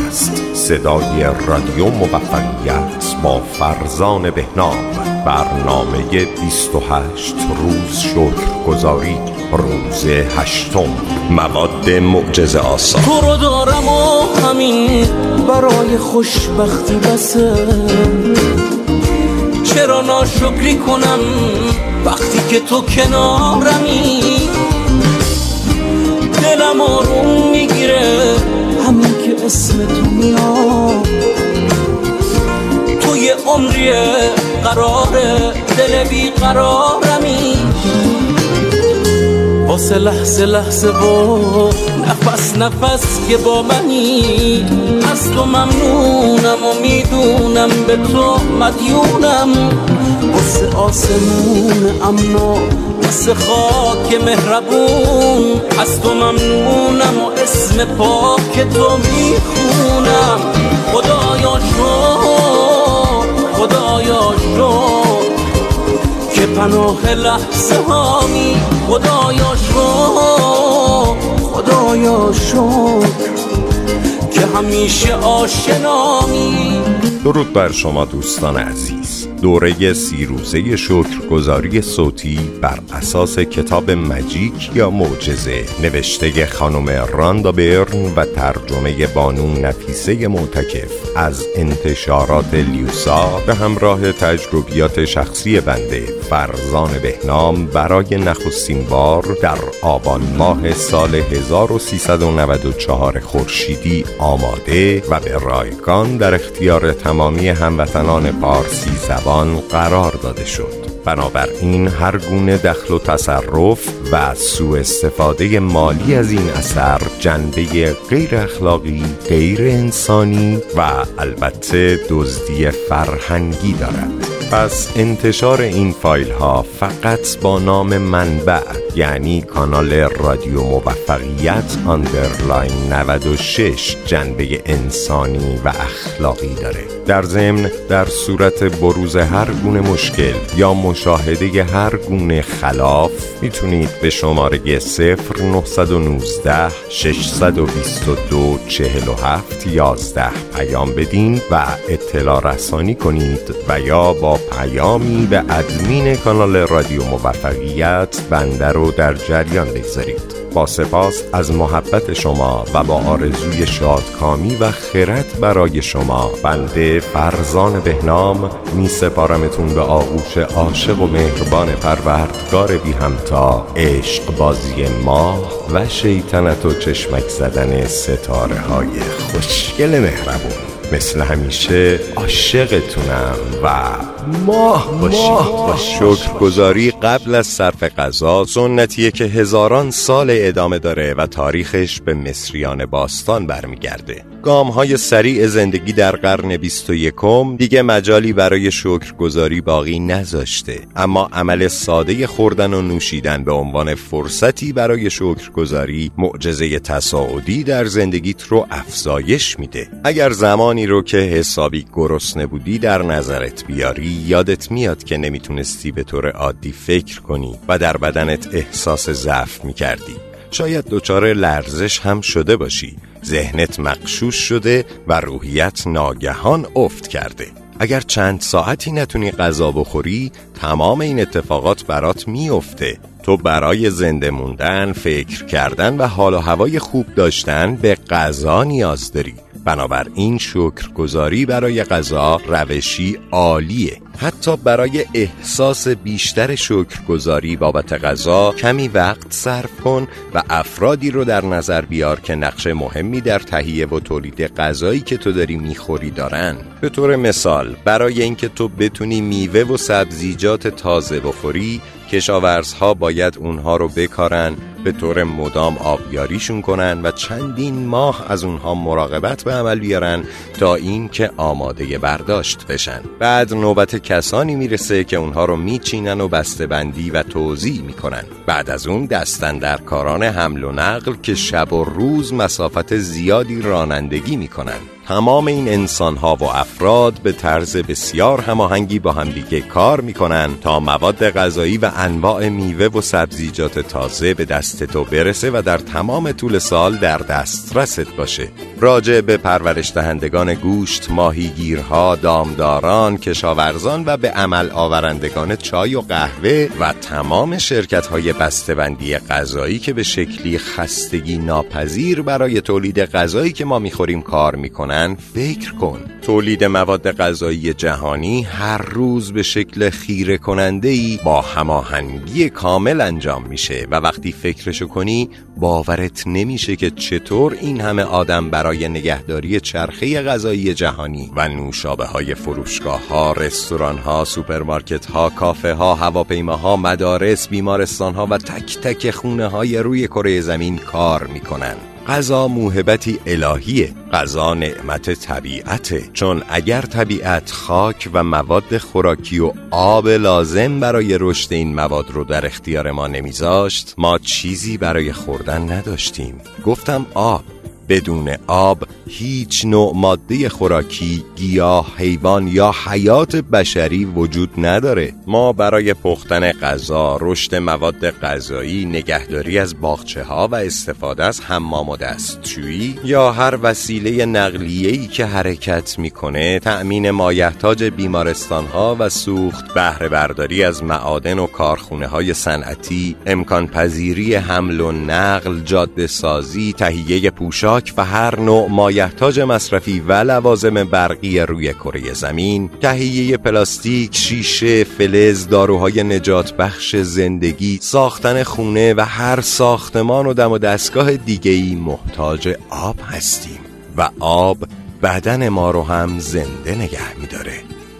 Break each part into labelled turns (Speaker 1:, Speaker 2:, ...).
Speaker 1: است. صدای رادیو موفقیت با فرزان بهنام. برنامه 28 روز شکرگزاری، روز 8. مواد معجزه آسا.
Speaker 2: تو رو دارم و همین برای خوشبختی بسه. چرا ناشکری کنم وقتی که تو کنارمی؟ دلم آروم میگیره همین که اسم تو میاد. تو یه عمریه قراره دل بی قرارمی. واسه لحظه لحظه با نفس نفس که با منی، از تو ممنونم و میدونم به تو مدیونم. واسه آسمون امنا، واسه خاک مهربون، از تو ممنونم و اسم پاک تو میخونم. خدایا شکر، خدایا شکر که پناه لحظه هامی. خدایا شکر، خدایا شکر که همیشه آشنامی.
Speaker 1: درود بر شما دوستان عزیز. دوره 30 روزه شکرگزاری صوتی بر اساس کتاب مجیک یا معجزه نوشته خانم راندا برن و ترجمه بانو نفیسه معتکف از انتشارات لیوسا به همراه تجربیات شخصی بنده فرزان بهنام برای نخستین بار در آبان ماه سال 1394 خورشیدی آماده و به رایگان در اختیار تمامی هموطنان پارسی زبان قرار داده شد. بنابراین هر گونه دخل و تصرف و سوء استفاده مالی از این اثر جنبه غیر اخلاقی، غیر انسانی و البته دزدی فرهنگی دارد. پس انتشار این فایل ها فقط با نام منبع، یعنی کانال رادیو موفقیت _ 96 جنبه انسانی و اخلاقی داره. در ضمن در صورت بروز هر گونه مشکل یا مشاهده هر گونه خلاف میتونید به شماره 0919 622 47 11 پیام بدین و اطلاع رسانی کنید و یا با پیامی به ادمین کانال رادیو موفقیت بنده رو در جریان بگذارید. با سپاس از محبت شما و با آرزوی شادکامی و خیرت برای شما، بنده فرزان بهنام می سپارمتون به آغوش عاشق و مهربان پروردگار بی همتا، عشق بازی ماه و شیطنت و چشمک زدن ستاره های خوشگل مهربون. مثل همیشه عاشقتونم و ماه باشید. شکرگزاری قبل از صرف غذا سنتیه که هزاران سال ادامه داره و تاریخش به مصریان باستان برمیگرده. گام‌های سریع زندگی در قرن 21 دیگه مجالی برای شکرگزاری باقی نذاشته، اما عمل ساده خوردن و نوشیدن به عنوان فرصتی برای شکرگزاری معجزه تصاعدی در زندگیت رو افزایش میده. اگر زمانی رو که حسابی گرسنه بودی در نظرت بیاری، یادت میاد که نمیتونستی به طور عادی فکر کنی و در بدنت احساس ضعف میکردی. شاید دچار لرزش هم شده باشی، ذهنت مغشوش شده و روحیت ناگهان افت کرده. اگر چند ساعتی نتونی غذا بخوری، تمام این اتفاقات برات میفته. تو برای زنده موندن، فکر کردن و حال و هوای خوب داشتن به غذا نیاز داری. بنابراین شکرگزاری برای غذا روشی عالیه. حتی برای احساس بیشتر شکرگزاری بابت غذا کمی وقت صرف کن و افرادی رو در نظر بیار که نقش مهمی در تهیه و تولید غذایی که تو داری میخوری دارن. به طور مثال، برای اینکه تو بتونی میوه و سبزیجات تازه بخوری، کشاورزها باید اونها رو بکارن، به طور مدام آبیاریشون کنن و چندین ماه از اونها مراقبت به عمل بیارن تا این که آماده برداشت بشن. بعد نوبت کسانی میرسه که اونها رو میچینن و بسته‌بندی و توزیع میکنن. بعد از اون دستاندرکاران حمل و نقل که شب و روز مسافت زیادی رانندگی میکنن. تمام این انسان‌ها و افراد به طرز بسیار هماهنگی با همدیگه کار میکنن تا مواد غذایی و انواع میوه و سبزیجات تازه به دست تو برسه و در تمام طول سال در دسترست باشه. راجع به پرورش دهندگان گوشت، ماهیگیرها، دامداران، کشاورزان و به عمل آورندگان چای و قهوه و تمام شرکت‌های بسته‌بندی غذایی که به شکلی خستگی ناپذیر برای تولید غذایی که ما می‌خوریم کار می‌کنن فکر کن. تولید مواد غذایی جهانی هر روز به شکل خیره کننده‌ای با هماهنگی کامل انجام میشه و وقتی فکرشو کنی باورت نمیشه که چطور این همه آدم برای نگهداری چرخه غذایی جهانی و نوشابه‌های فروشگاه‌ها، رستوران‌ها، سوپرمارکت‌ها، کافه‌ها، هواپیماها، مدارس، بیمارستان‌ها و تک تک خونه‌های روی کره زمین کار میکنن. غذا موهبتی الهیه، غذا نعمت طبیعته، چون اگر طبیعت خاک و مواد خوراکی و آب لازم برای رشد این مواد رو در اختیار ما نمیذاشت، ما چیزی برای خوردن نداشتیم. گفتم آب. بدون آب هیچ نوع ماده خوراکی، گیاه، حیوان یا حیات بشری وجود نداره. ما برای پختن غذا، رشد مواد غذایی، نگهداری از باغچه‌ها و استفاده از حمام و دستشویی یا هر وسیله نقلیه‌ای که حرکت میکنه، تأمین مایحتاج بیمارستان‌ها و سوخت، بهره برداری از معادن و کارخونه‌های صنعتی، امکان پذیری حمل و نقل، جاده سازی، تهیه پوشاک و هر نوع مایحتاج مصرفی و لوازم برقی روی کره زمین، تهیه پلاستیک، شیشه، فلز، داروهای نجات بخش زندگی، ساختن خونه و هر ساختمان و دم و دستگاه دیگه‌ای محتاج آب هستیم و آب بدن ما رو هم زنده نگه می‌داره.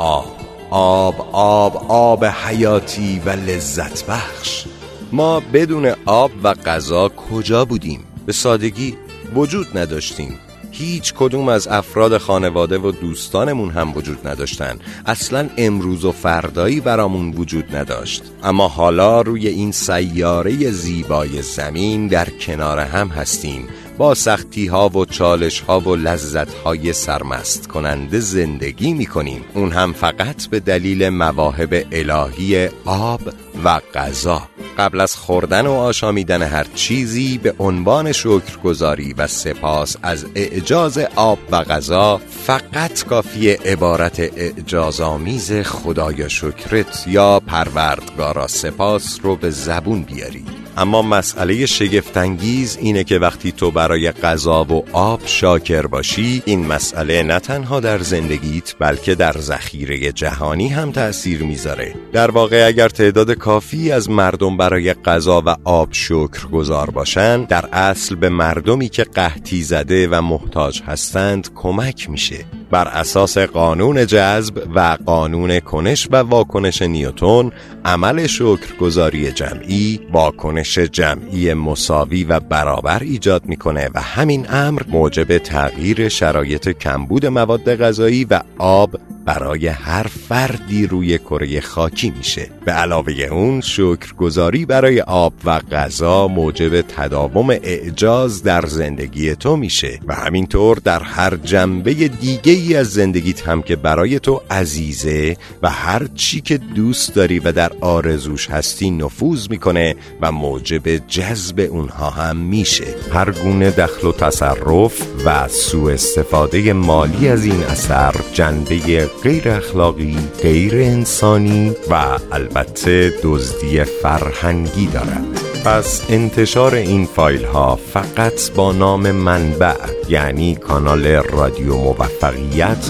Speaker 1: آب حیاتی و لذت بخش. ما بدون آب و غذا کجا بودیم؟ به سادگی وجود نداشتیم. هیچ کدوم از افراد خانواده و دوستانمون هم وجود نداشتن. اصلا امروز و فردایی برامون وجود نداشت. اما حالا روی این سیاره زیبای زمین در کنار هم هستیم، با سختی ها و چالش ها و لذت های سرمست کننده زندگی می کنیم. اون هم فقط به دلیل مواهب الهی آب و غذا. قبل از خوردن و آشامیدن هر چیزی به عنوان شکرگزاری و سپاس از اعجاز آب و غذا فقط کافی عبارت اعجازآمیز خدایا شکرت یا پروردگارا سپاس رو به زبون بیاری. اما مسئله شگفت‌انگیز اینه که وقتی تو برای غذا و آب شاکر باشی، این مسئله نه تنها در زندگیت بلکه در ذخیره جهانی هم تأثیر میذاره. در واقع اگر تعداد کافی از مردم برای غذا و آب شکرگزار باشن، در اصل به مردمی که قحطی زده و محتاج هستند کمک میشه. بر اساس قانون جذب و قانون کنش و واکنش نیوتن، عمل شکرگزاری جمعی واکنش جمعی مساوی و برابر ایجاد میکنه و همین امر موجب تغییر شرایط کمبود مواد غذایی و آب برای هر فردی روی کره خاکی میشه. به علاوه اون شکرگزاری برای آب و غذا موجب تداوم اعجاز در زندگی تو میشه و همینطور در هر جنبه دیگه ای از زندگیت هم که برای تو عزیزه و هر چی که دوست داری و در آرزوش هستی نفوذ میکنه و موجب جذب اونها هم میشه. هر گونه دخل و تصرف و سوء استفاده مالی از این اثر جنبه غیر اخلاقی، غیر انسانی و البته دزدی فرهنگی دارد. پس انتشار این فایل ها فقط با نام منبع، یعنی کانال رادیو موفقیت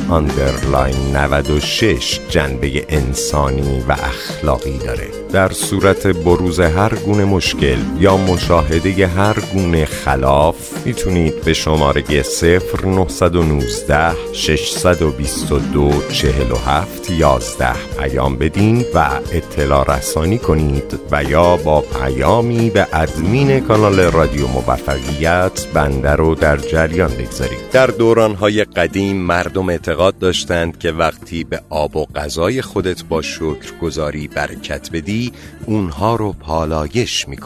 Speaker 1: _ 96 جنبه انسانی و اخلاقی داره. در صورت بروز هر گونه مشکل یا مشاهده هر گونه خلاف میتونید به شماره 0919 622 47 11 پیام بدین و اطلاع رسانی کنید و یا با پیامی به ادمین کانال رادیو موفقیت بنده رو در جریان بگذارید. در دورانهای قدیم مردم اعتقاد داشتند که وقتی به آب و غذای خودت با شکرگزاری برکت بدی، اونها رو پالایش میکنی.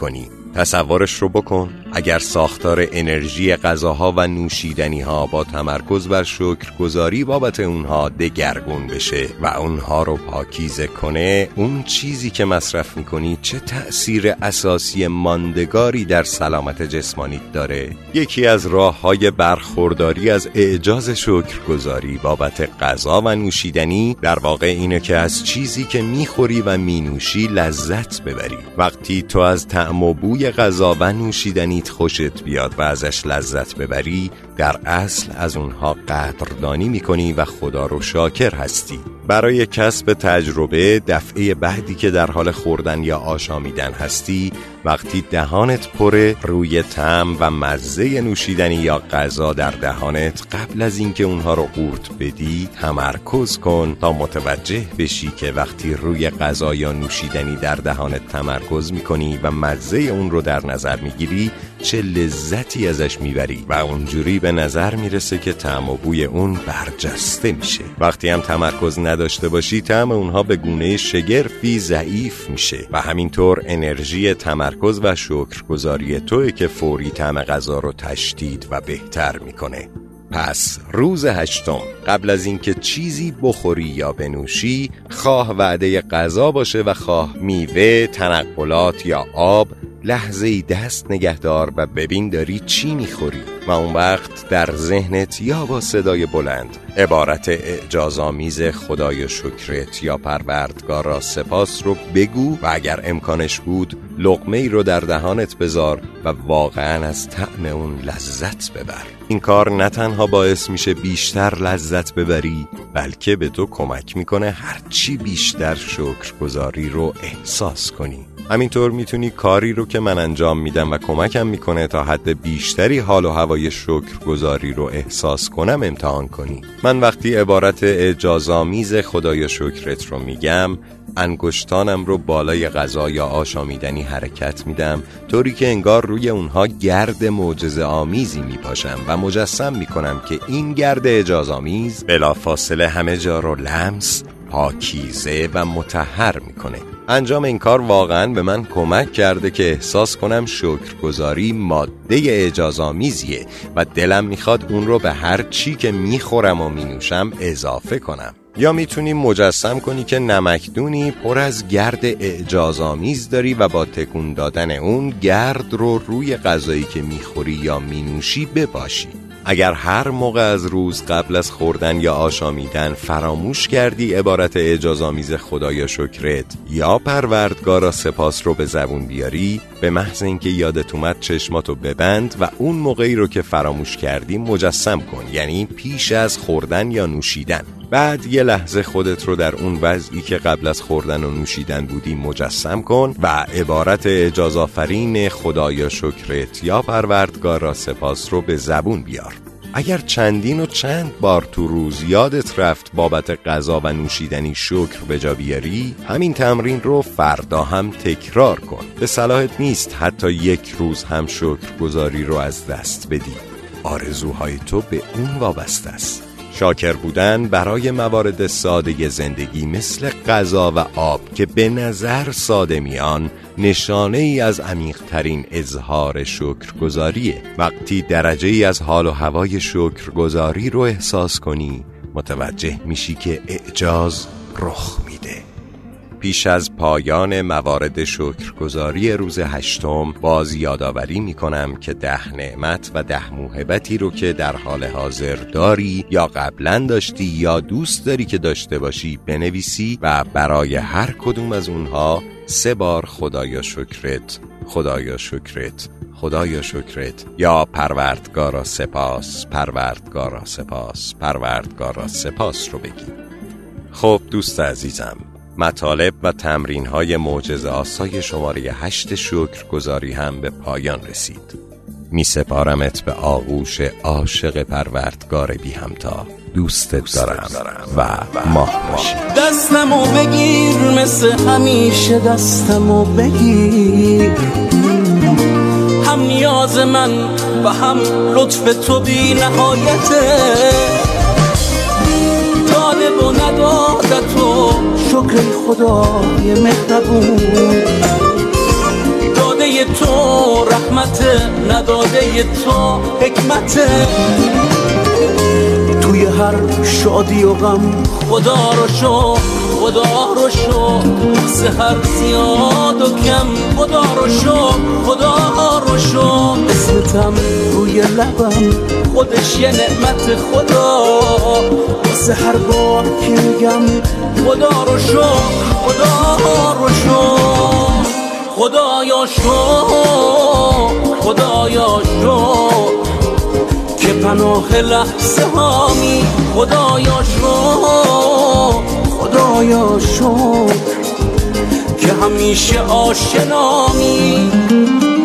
Speaker 1: تصورش رو بکن اگر ساختار انرژی غذاها و نوشیدنیها با تمرکز بر شکرگزاری بابت اونها دگرگون بشه و اونها رو پاکیزه کنه، اون چیزی که مصرف میکنی چه تأثیر اساسی ماندگاری در سلامت جسمانیت داره؟ یکی از راه‌های برخورداری از اعجاز شکرگزاری بابت غذا و نوشیدنی در واقع اینه که از چیزی که میخوری و مینوشی لذت ببری. وقتی تو از طعم و بوی غذا و نوشیدنیت خوشت بیاد و ازش لذت ببری، در اصل از اونها قدردانی میکنی و خدا رو شاکر هستی. برای کسب تجربه دفعه بعدی که در حال خوردن یا آشامیدن هستی، وقتی دهانت پره، روی طعم و مزه نوشیدنی یا غذا در دهانت قبل از اینکه اونها رو قورت بدی تمرکز کن تا متوجه بشی که وقتی روی غذا یا نوشیدنی در دهانت تمرکز میکنی و مزه اون رو در نظر میگیری چه لذتی ازش میبری و اونجوری به نظر میرسه که طعم و بوی اون برجسته میشه. وقتی هم تمرکز نداشته باشی طعم اونها به گونه شگرفی ضعیف میشه و همینطور انرژی تمرکز و شکرگزاری توئه که فوری طعم غذا رو تشدید و بهتر میکنه. پس روز 8 قبل از اینکه چیزی بخوری یا بنوشی، خواه وعده غذا باشه و خواه میوه، تنقلات یا آب، لحظه‌ای دست نگهدار و ببین داری چی میخوری و اون وقت در ذهنت یا با صدای بلند عبارت اعجازآمیز خدای شکرت یا پروردگارا سپاس رو بگو و اگر امکانش بود لقمه‌ای رو در دهانت بذار و واقعاً از طعم اون لذت ببر. این کار نه تنها باعث میشه بیشتر لذت ببری، بلکه به تو کمک میکنه هرچی بیشتر شکرگزاری رو احساس کنی. همینطور میتونی کاری رو که من انجام میدم و کمکم میکنه تا حد بیشتری حال و هوای شکرگزاری رو احساس کنم امتحان کنی. من وقتی عبارت اعجازآمیز خدای شکرت رو میگم، انگشتانم رو بالای غذا یا آشامیدنی حرکت میدم طوری که انگار روی اونها گرد معجزه آمیزی میپاشم و مجسم میکنم که این گرد اعجازآمیز بلافاصله همه جا رو لمس، پاکیزه و مطهر میکنه. انجام این کار واقعاً به من کمک کرده که احساس کنم شکرگزاری ماده اعجازآمیزیه و دلم میخواد اون رو به هر چی که میخورم و مینوشم اضافه کنم. یا میتونی مجسم کنی که نمکدونی پر از گرد اعجازآمیز داری و با تکون دادن اون گرد رو روی غذایی که میخوری یا مینوشی بپاشی. اگر هر موقع از روز قبل از خوردن یا آشامیدن فراموش کردی عبارت اعجازآمیز خدایا شکرت یا پروردگارا سپاس رو به زبون بیاری، به محض اینکه یادت اومد چشماتو ببند و اون موقعی رو که فراموش کردی مجسم کن، یعنی پیش از خوردن یا نوشیدن. بعد یه لحظه خودت رو در اون وضعی که قبل از خوردن و نوشیدن بودی مجسم کن و عبارت اعجازآفرین خدایا شکرت یا پروردگارا سپاس رو به زبون بیار. اگر چندین و چند بار تو روز یادت رفت بابت غذا و نوشیدنی شکر به جا بیاری، همین تمرین رو فردا هم تکرار کن. به صلاحت نیست حتی یک روز هم شکرگزاری رو از دست بدی. آرزوهای تو به اون وابسته است. شاکر بودن برای موارد ساده زندگی مثل غذا و آب که به نظر ساده میان، نشانه ای از عمیق‌ترین اظهار شکرگزاریه. وقتی درجه ای از حال و هوای شکرگزاری رو احساس کنی، متوجه میشی که اعجاز رخ میده. پیش از پایان موارد شکرگزاری روز 8 باز یادآوری میکنم که 10 نعمت و 10 موهبتی رو که در حال حاضر داری یا قبلا داشتی یا دوست داری که داشته باشی بنویسی و برای هر کدوم از اونها 3 بار خدایا شکرت، خدایا شکرت، خدایا شکرت یا پروردگارا سپاس، پروردگارا سپاس، پروردگارا سپاس رو بگی. خب دوست عزیزم، مطالب و تمرین‌های معجزه آسای شماره 8 شکرگزاری هم به پایان رسید. می سپارمت به آغوش عاشق پروردگار بی همتا. دوستت دارم و ماه باشی.
Speaker 2: دستمو بگیر مثل همیشه، دستمو بگیر، هم نیاز من و هم لطف تو بی نهایته. داده و نداده تو شکر خدای مهربون، داده تو رحمت، نداده تو حکمت. توی هر شادی و غم خدا رو شو، خدا رو شو، سحر زیاد و کم خدا رو شو، خدا رو شو. اسمتم روی لبم خودش یه نعمت خدا، واسه هر بار که میگم خدا رو شو، خدا رو شو. خدایا شو، خدایا شو که پناه لحظه هامی. خدایا شو، خدایا شو که همیشه آشنامی.